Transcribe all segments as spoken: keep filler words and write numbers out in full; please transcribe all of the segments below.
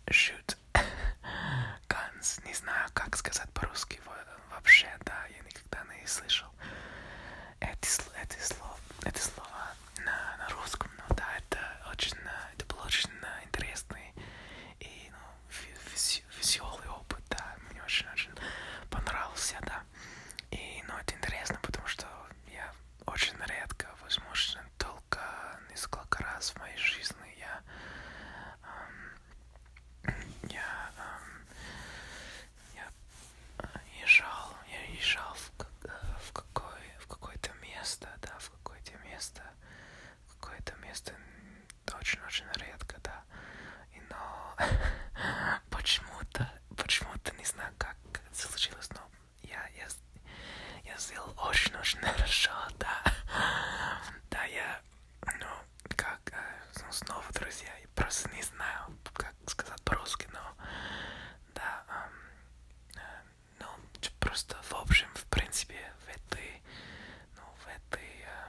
shoot guns. Не знаю, как сказать по-русски вообще, да, я никогда не слышал эти, эти, слова, эти слова на, на русском, но да, это очень, это был очень интересный и ну, веселый опыт, да, мне очень-очень понравился, да. И, ну, это интересно, потому что я очень редко, возможно, только несколько раз в моей жизни я эм, я, эм, я езжал, я езжал в, в, какой, в какое-то место, да, в какое-то место, в какое-то место очень-очень редко, да. И, но почему-то, почему-то не знаю, как это случилось, но я, я, я сделал очень-очень хорошо, да. Да, я, ну, как, ну, снова, друзья, я просто не знаю, как сказать по-русски, но, да, эм, э, ну, просто, в общем, в принципе, в этой, ну, в этой, э,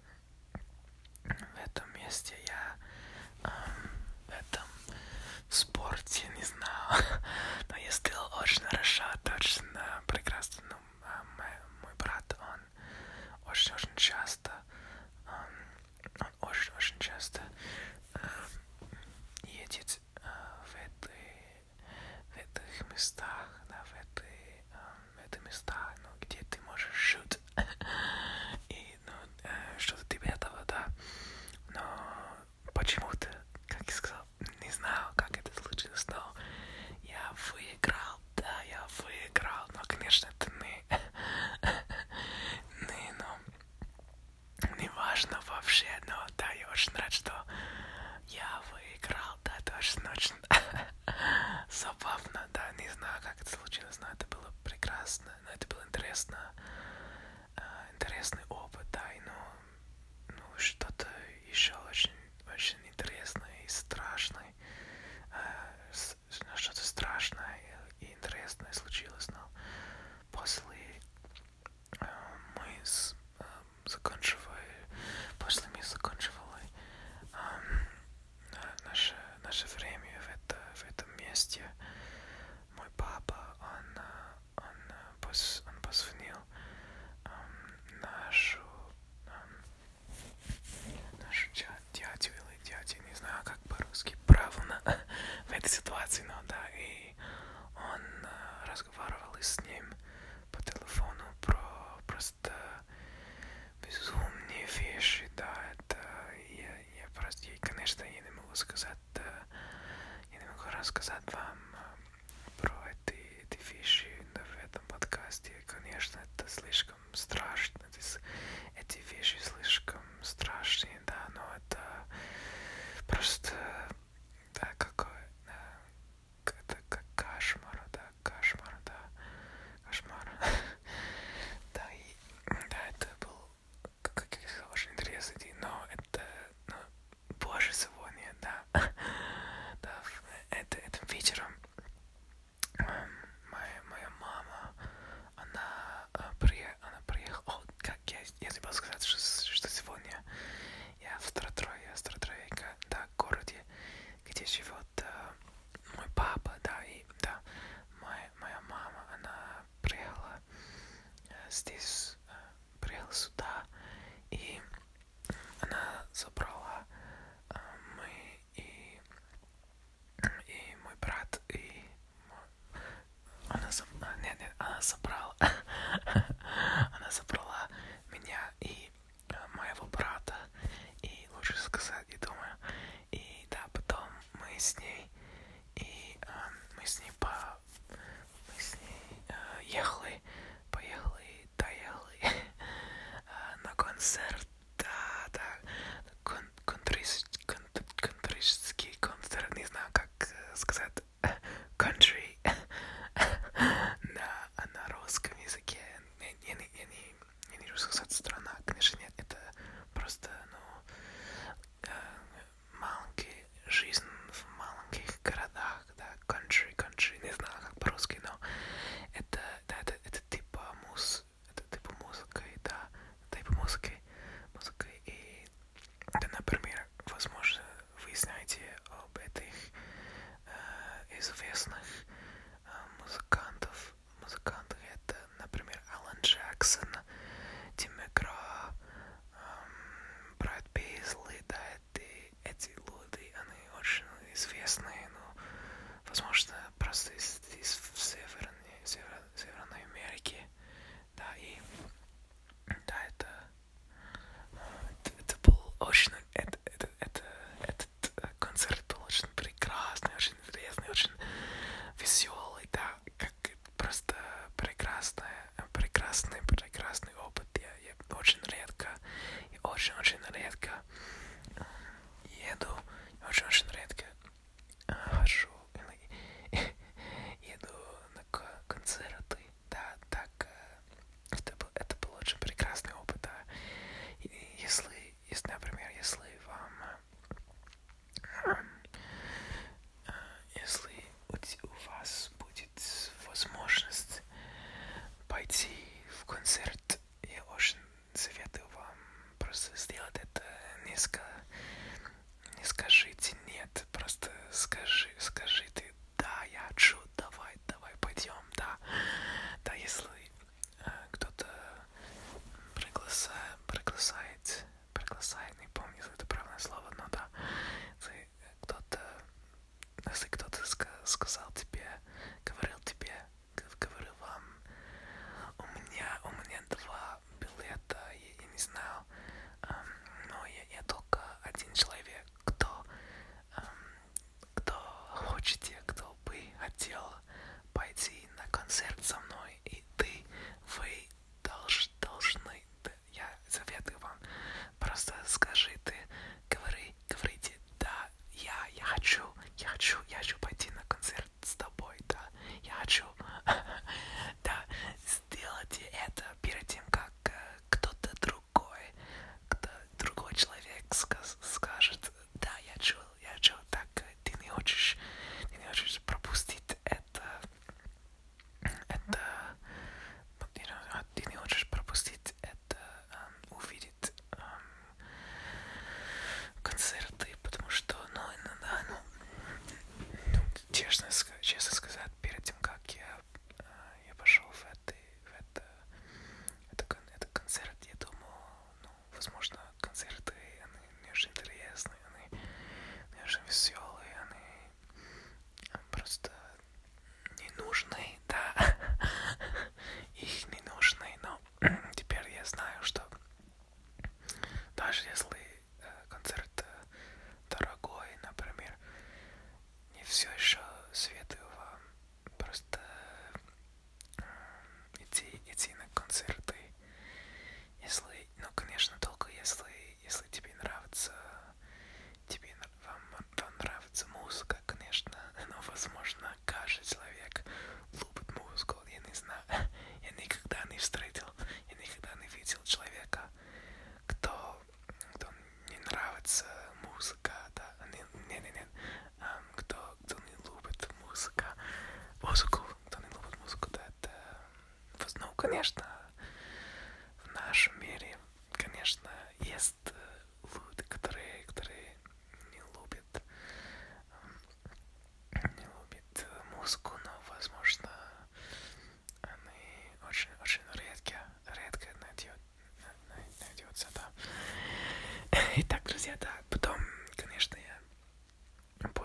в этом месте я, эм, в этом спорте, не знаю, но я сделал очень хорошо, это очень uh, прекрасно, ну, uh, мой, мой брат, он очень-очень часто, um, он очень-очень часто uh, едет uh, в, этой, в этих местах, да, в, этой, um, в этих местах, ну, где ты можешь шут, и, ну, uh, что-то типа этого, да, но почему-то, как я сказал, не знаю, как это случилось, но я выиграл, да, я выиграл, но, конечно, это не, не, ну, не важно вообще, но, да, я очень рад, что я выиграл, да, это очень-очень забавно, да, не знаю, как это случилось, но это было прекрасно, но это было интересно, интересный опыт, да, и, ну, ну, что-то еще очень, очень интересное и страшное, э, с, что-то страшное и, и интересное случилось, но после э, мы с, э, заканчивали, после мы закончивали э, наше, наше время в, это, в этом месте, мой папа, он, он, пос, он позвонил э, нашу нашу дядю или дядю, не знаю, как по-русски правильно в этой ситуации, но да, и он uh, разговаривал с ним по телефону про просто безумные вещи, да, это я, я просто, я, конечно, я не могу сказать, да, я не могу рассказать вам uh, про эти, эти вещи, да, в этом подкасте, конечно, это слишком страшно, это, эти вещи слишком страшные, да, но это просто, да, какой, да, это как кошмар, да, кошмар, да, кошмар, да, и, да, это был, как я сказал, очень интересный день, но это, ну, позже сегодня, да, да, это, этим вечером моя, моя мама, она, приехала, она приехала, о, как я, я забыл сказать, что, что сегодня я в Старотрое, Старотрое, да, городе, где живет uh, мой папа, да, и, да, моя, моя мама, она приехала uh, здесь, uh, приехала сюда, и она забрала uh, мы и, и мой брат, и мой, она, а, нет, нет, она забрала, она забрала меня и uh, моего брата, и лучше сказать, я думаю, и да, потом мы с ней, и э, мы с ней по, мы с ней э, ехали, поехали, доехали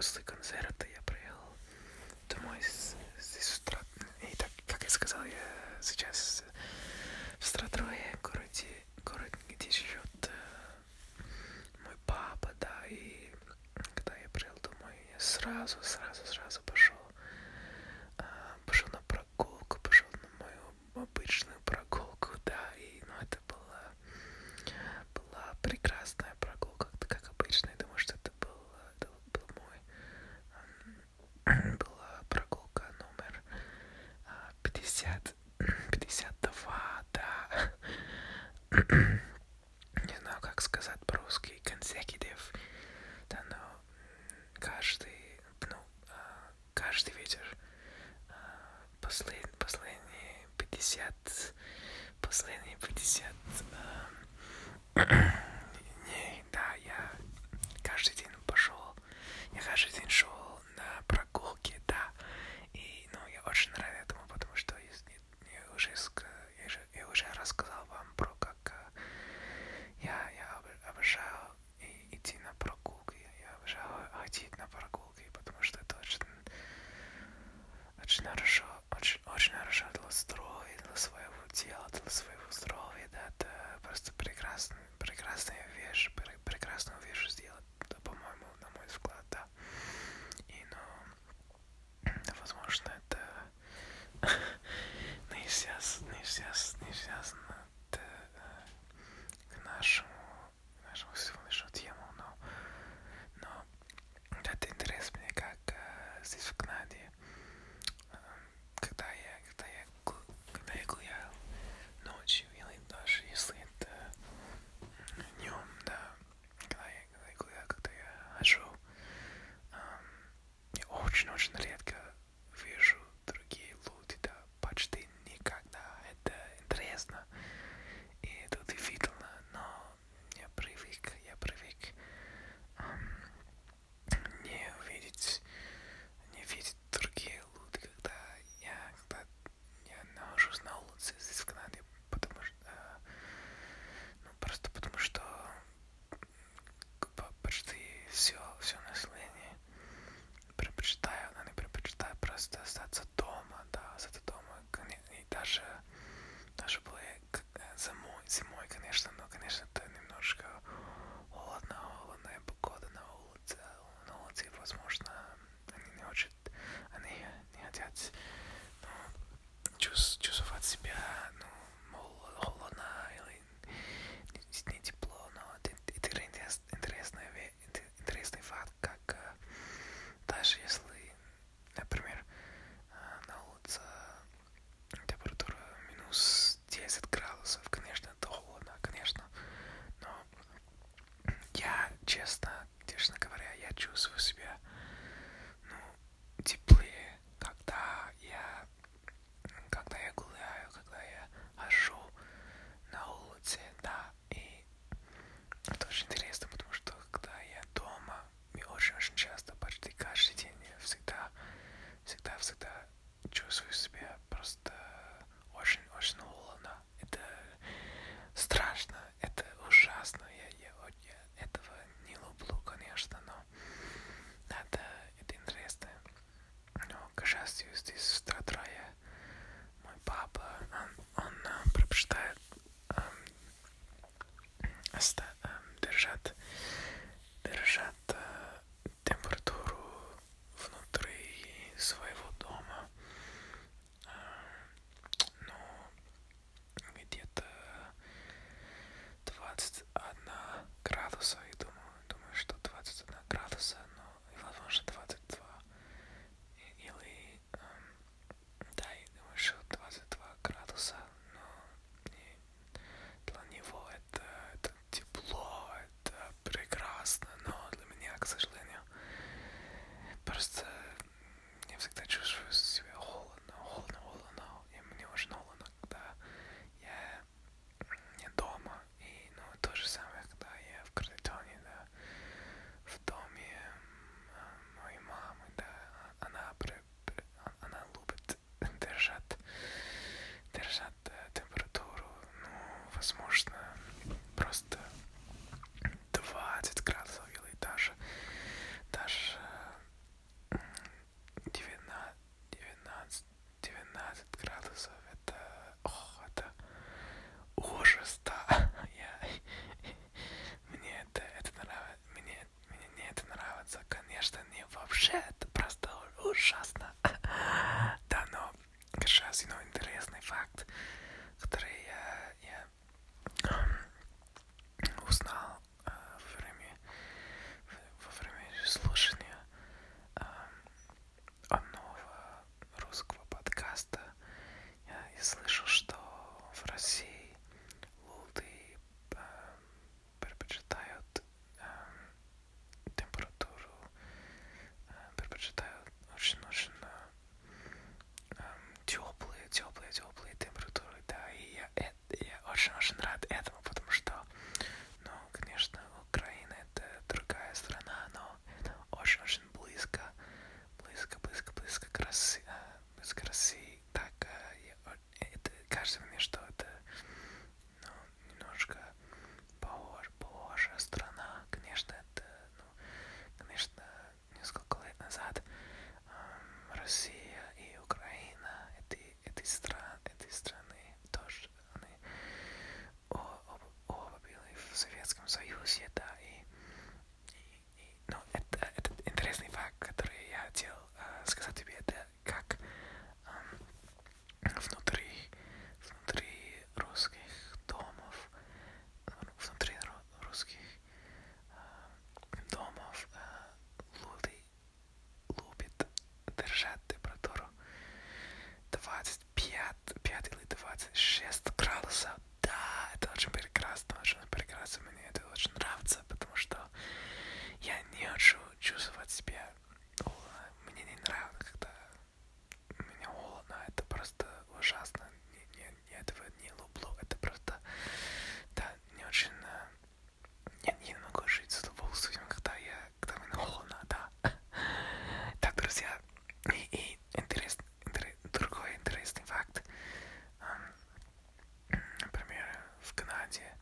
после концерта я приехал домой здесь с утра. И так, как я сказал, я сейчас в Стратрое, городе, город, где живет мой папа, да, и когда я приехал домой, я сразу, сразу, сразу пошел, пошел на прогулку, пошел на мою обычную прогулку, да, и, ну, это была, была прекрасная прогулка, как обычно, я думаю, что это был, это был мой, была прогулка номер пятьдесят, пятьдесят два, да, не знаю, как сказать по-русски, consecutive, да, но каждый, ну, каждый вечер, послед, последние пятьдесят, последние пятьдесят дней, да, я каждый день пошел, я каждый день шел на прогулки, да, и, ну, я очень рад этому, потому что я, я, уже, я, же, я уже рассказал вам про как я, я обожаю идти на прогулки, я обожаю ходить на прогулки, потому что это очень, очень хорошо, очень, очень хорошо для здоровья, для своего тела, для своего здоровья, да, это просто прекрасный, прекрасная вещь, прекрасную вещь сделать, да, по-моему, на мой взгляд, да. И, ну, возможно, это не связано, не связано, не связано к нашему, к нашему сегодняшнему тему, но, но это интересно мне, как э, здесь в Канаде, э, когда я, когда я, когда я гулял ночью, или даже если это днем, да, когда я, когда я гулял, когда я хожу, э, я очень-очень редко вижу другие люди, да, почти никогда. Это интересно и это удивительно, но я привык, я привык эм, не увидеть, не видеть другие люди, когда я, когда я нахожусь на улице здесь в Канаде, потому что, э, ну, просто потому что почти все, все население предпочитаю, они предпочитают просто остаться дома, да, остаться дома, и даже, даже было зимой, зимой, конечно, но, конечно, это немножко холодно, холодная погода на улице, на улице, возможно, они не очень, они не хотят, ну, чувствовать себя, ну, холодно или не, не тепло, но это, это интересный, интересный факт, как даже если, например, на улице температура минус десять градусов, конечно, это холодно, конечно, но я, честно, честно говоря, я чувствую себя, ну, теплее, когда я, когда я гуляю, когда я хожу на улице, да, и это очень интересно, потому что когда я дома, я очень-очень часто, почти каждый день, я всегда, всегда, всегда чувствую себя просто очень-очень холодно. Это страшно, это ужасно, я, я, я этого не люблю, конечно, но слушания э, одного русского подкаста. Я, я слышал, что в России люди э, предпочитают э, температуру, э, предпочитают очень-очень э, теплые, теплые, теплые температуры, да, и я, э, я очень-очень рад этому, потому что, ну, конечно, Украина это другая страна, но очень-очень близко, близко, близко, близко к России, близко к России, так, я, это кажется мне, что это, ну, немножко похож, похожая страна, конечно, это, ну, конечно, несколько лет назад эм, Россия и Украина, эти, эти, стран, эти страны тоже, они оба, оба были в Советском Союзе, да, и, и, и ну, это, это интересный факт, который я хотел э, сказать тебе, это как эм, внутри, внутри русских домов, внутри русских э, домов э, люди любят держать температуру двадцать пять, пять или двадцать шесть градусов. Да, это очень прекрасно, очень прекрасно, мне это очень нравится, потому что я не хочу чувствовать себя холодно, мне не нравится, когда мне холодно, это просто ужасно, я, я, я этого не люблю, это просто, да, не очень, я не могу жить с удовольствием, когда я, когда мне холодно, да. Так, друзья, и, и интересный, интерес, другой интересный факт, например, в Канаде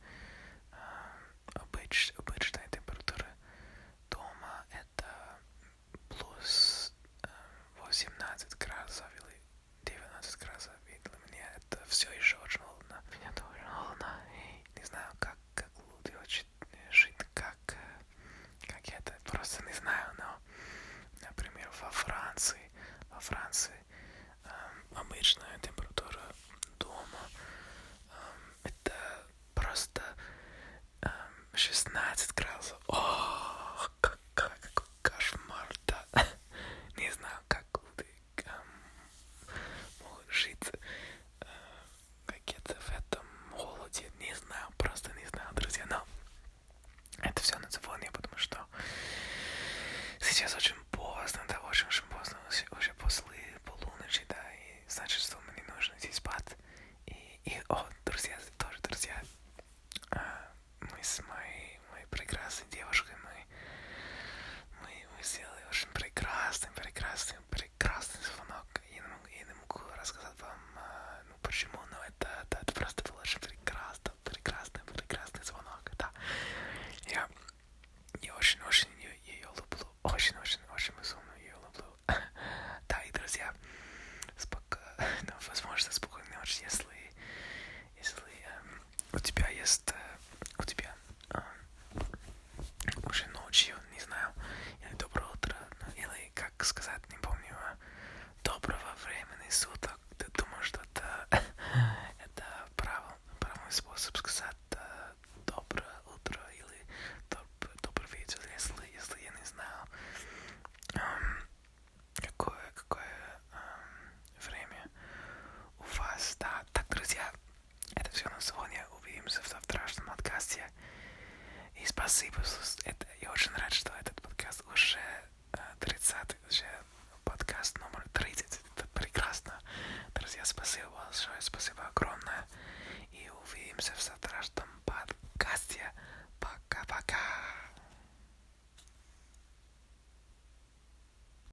обыч, обычная температура дома это плюс восемнадцать градусов или девятнадцать градусов, и для меня это все еще очень холодно. Меня тоже холодно, и не знаю, как, как люди очень жить, как, как я это просто не знаю, но, например, во Франции, во Франции эм, обычная температура дома эм, это просто эм, шестнадцать градусов. О, какой, какой кошмар, да. Не знаю, как люди эм, могут жить э, как-то в этом холоде, не знаю, просто не знаю, друзья, но это все на сегодня, потому что сейчас очень поздно, да, очень-очень поздно, уже после полуночи, да, и значит, что мне нужно идти спать. И, и о, друзья, тоже, друзья, а, мы с моей, моей прекрасной девушкой, мы, мы, мы сделали очень прекрасный, прекрасный, прекрасный звонок. Я не могу, я не могу рассказать вам, а, ну, почему, но это, это, это просто был очень прекрасный, прекрасный, прекрасный звонок, да. Я, я очень-очень ее, ее люблю, очень-очень